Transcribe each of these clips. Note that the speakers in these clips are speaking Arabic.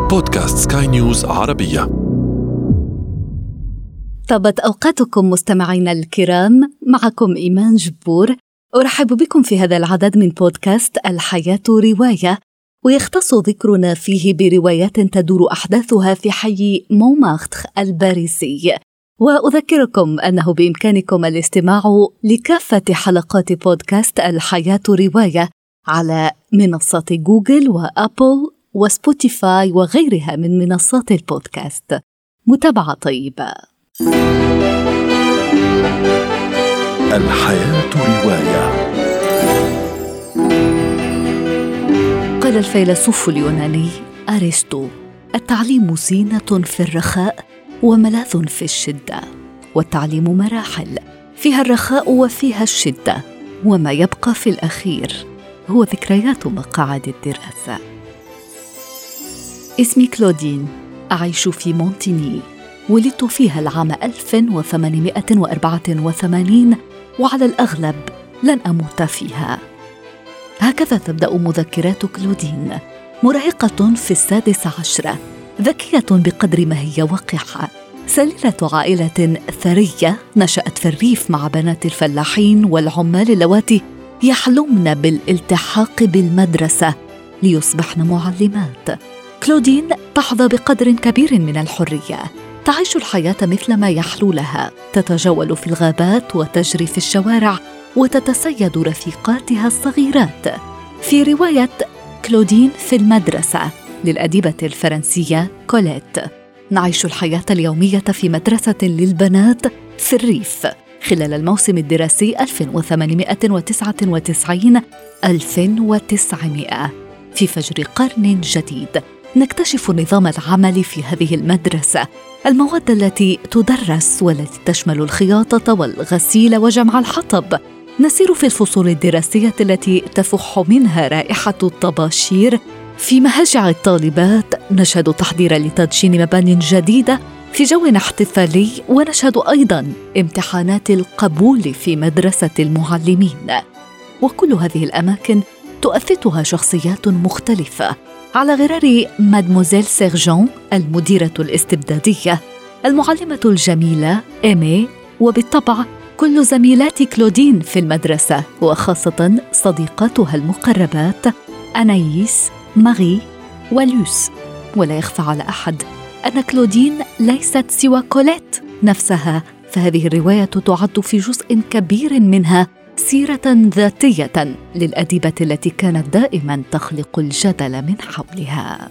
بودكاست سكاي نيوز عربية. طابت أوقاتكم مستمعينا الكرام، معكم إيمان جبور. أرحب بكم في هذا العدد من بودكاست الحياة رواية، ويختص ذكرنا فيه بروايات تدور أحداثها في حي مونمارتر الباريسي. وأذكركم أنه بإمكانكم الاستماع لكافة حلقات بودكاست الحياة رواية على منصات جوجل وأبل وسبوتيفاي وغيرها من منصات البودكاست. متابعة طيبة. الحياة رواية. قال الفيلسوف اليوناني أرسطو: التعليم زينة في الرخاء وملاذ في الشدة، والتعليم مراحل، فيها الرخاء وفيها الشدة، وما يبقى في الأخير هو ذكريات مقاعد الدراسة. اسمي كلودين، أعيش في مونتيني، ولدت فيها العام 1884 وعلى الأغلب لن أموت فيها. هكذا تبدأ مذكرات كلودين، مراهقة في 16، ذكية بقدر ما هي وقحة، سليلة عائلة ثرية نشأت في الريف مع بنات الفلاحين والعمال اللواتي يحلمن بالالتحاق بالمدرسة ليصبحن معلمات. كلودين تحظى بقدر كبير من الحرية، تعيش الحياة مثل ما يحلو لها، تتجول في الغابات وتجري في الشوارع وتتسيد رفيقاتها الصغيرات. في رواية كلودين في المدرسة للأديبة الفرنسية كوليت، نعيش الحياة اليومية في مدرسة للبنات في الريف خلال الموسم الدراسي 1899-1900. في فجر قرن جديد نكتشف نظام العمل في هذه المدرسة، المواد التي تدرس والتي تشمل الخياطة والغسيل وجمع الحطب. نسير في الفصول الدراسية التي تفح منها رائحة الطباشير. في مهاجع الطالبات نشهد تحضيرا لتدشين مبانٍ جديدة في جو احتفالي، ونشهد أيضاً امتحانات القبول في مدرسة المعلمين. وكل هذه الأماكن تؤثتها شخصيات مختلفة، على غرار مادموزيل سيرجون المديرة الاستبدادية، المعلمة الجميلة إيمي، وبالطبع كل زميلات كلودين في المدرسة، وخاصة صديقاتها المقربات أنايس، ماري ولوس. ولا يخفى على أحد أن كلودين ليست سوى كوليت نفسها، فهذه الرواية تعد في جزء كبير منها سيرة ذاتية للأديبة التي كانت دائما تخلق الجدل من حولها.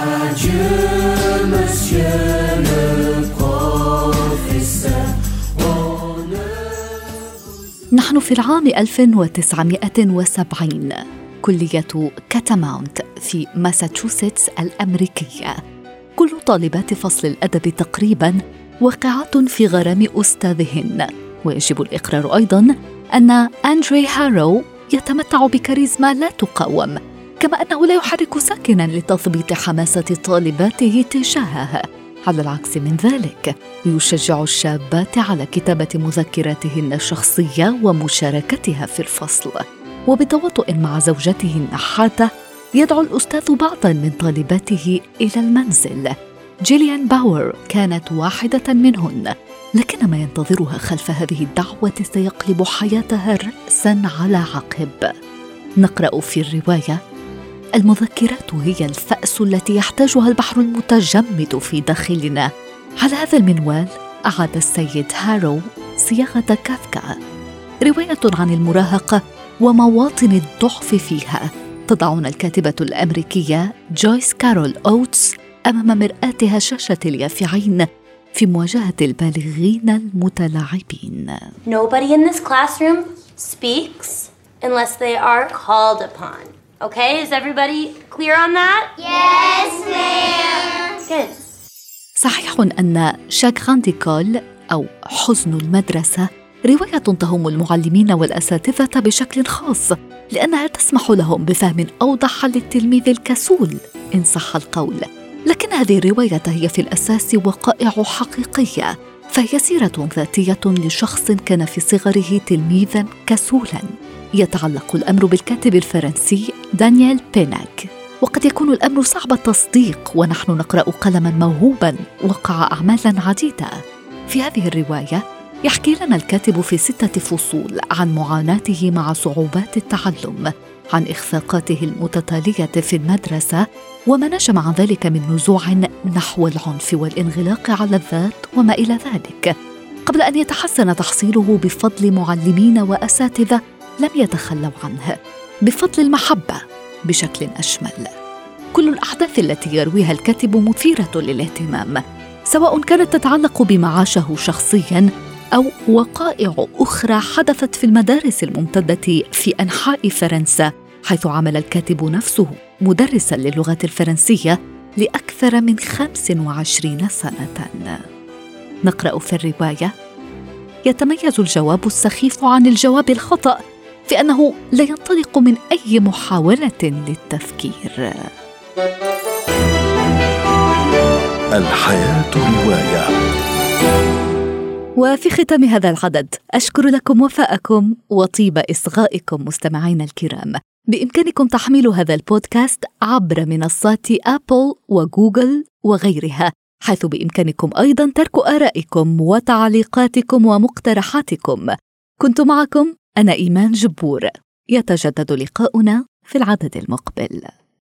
نحن في العام 1970، كلية كاتاماونت في ماساتشوستس الأمريكية. كل طالبات فصل الأدب تقريباً واقعات في غرام أستاذهن، ويجب الإقرار أيضاً أن أندري هارو يتمتع بكاريزما لا تقاوم، كما أنه لا يحرك ساكناً لتثبيط حماسة طالباته تجاهه. على العكس من ذلك، يشجع الشابات على كتابة مذكراتهن الشخصية ومشاركتها في الفصل. وبتواطؤ مع زوجته النحاتة، يدعو الأستاذ بعضاً من طالباته إلى المنزل. جيليان باور كانت واحدة منهن، لكن ما ينتظرها خلف هذه الدعوة سيقلب حياتها رأساً على عقب. نقرأ في الرواية: المذكرات هي الفأس التي يحتاجها البحر المتجمد في داخلنا. على هذا المنوال أعاد السيد هارو صياغة كافكا، رواية عن المراهقة ومواطن الضعف فيها. تضعنا الكاتبة الأمريكية جويس كارول أوتس أمام مرآتها شاشة اليافعين في مواجهة البالغين المتلاعبين. Nobody in this classroom speaks unless they are called upon. Okay, is everybody clear on that? Yes, ma'am. Good. صحيح أن شاغران ديكول أو حزن المدرسة رواية تهم المعلمين والأساتذة بشكل خاص، لأنها تسمح لهم بفهم أوضح للتلميذ الكسول إن صح القول. لكن هذه الرواية هي في الأساس وقائع حقيقية، فهي سيرة ذاتية لشخص كان في صغره تلميذاً كسولاً. يتعلق الأمر بالكاتب الفرنسي دانييل بيناك، وقد يكون الأمر صعب التصديق ونحن نقرأ قلماً موهوباً وقع أعمالاً عديدة. في هذه الرواية يحكي لنا الكاتب في 6 فصول عن معاناته مع صعوبات التعلم، عن إخفاقاته المتتالية في المدرسة، وما نشأ مع ذلك من نزوع نحو العنف والانغلاق على الذات وما إلى ذلك، قبل أن يتحسن تحصيله بفضل معلمين وأساتذة لم يتخلوا عنه، بفضل المحبة بشكل أشمل. كل الأحداث التي يرويها الكاتب مثيرة للاهتمام، سواء كانت تتعلق بما عاشه شخصياً أو وقائع أخرى حدثت في المدارس الممتدة في أنحاء فرنسا، حيث عمل الكاتب نفسه مدرساً للغة الفرنسية لأكثر من 25 سنة. نقرأ في الرواية: يتميز الجواب السخيف عن الجواب الخطأ في أنه لا ينطلق من أي محاولة للتفكير. الحياة رواية. وفي ختام هذا العدد أشكر لكم وفاءكم وطيب إصغائكم مستمعين الكرام. بإمكانكم تحميل هذا البودكاست عبر منصات أبل وجوجل وغيرها، حيث بإمكانكم أيضاً ترك آرائكم وتعليقاتكم ومقترحاتكم. كنت معكم أنا إيمان جبور. يتجدد لقاؤنا في العدد المقبل.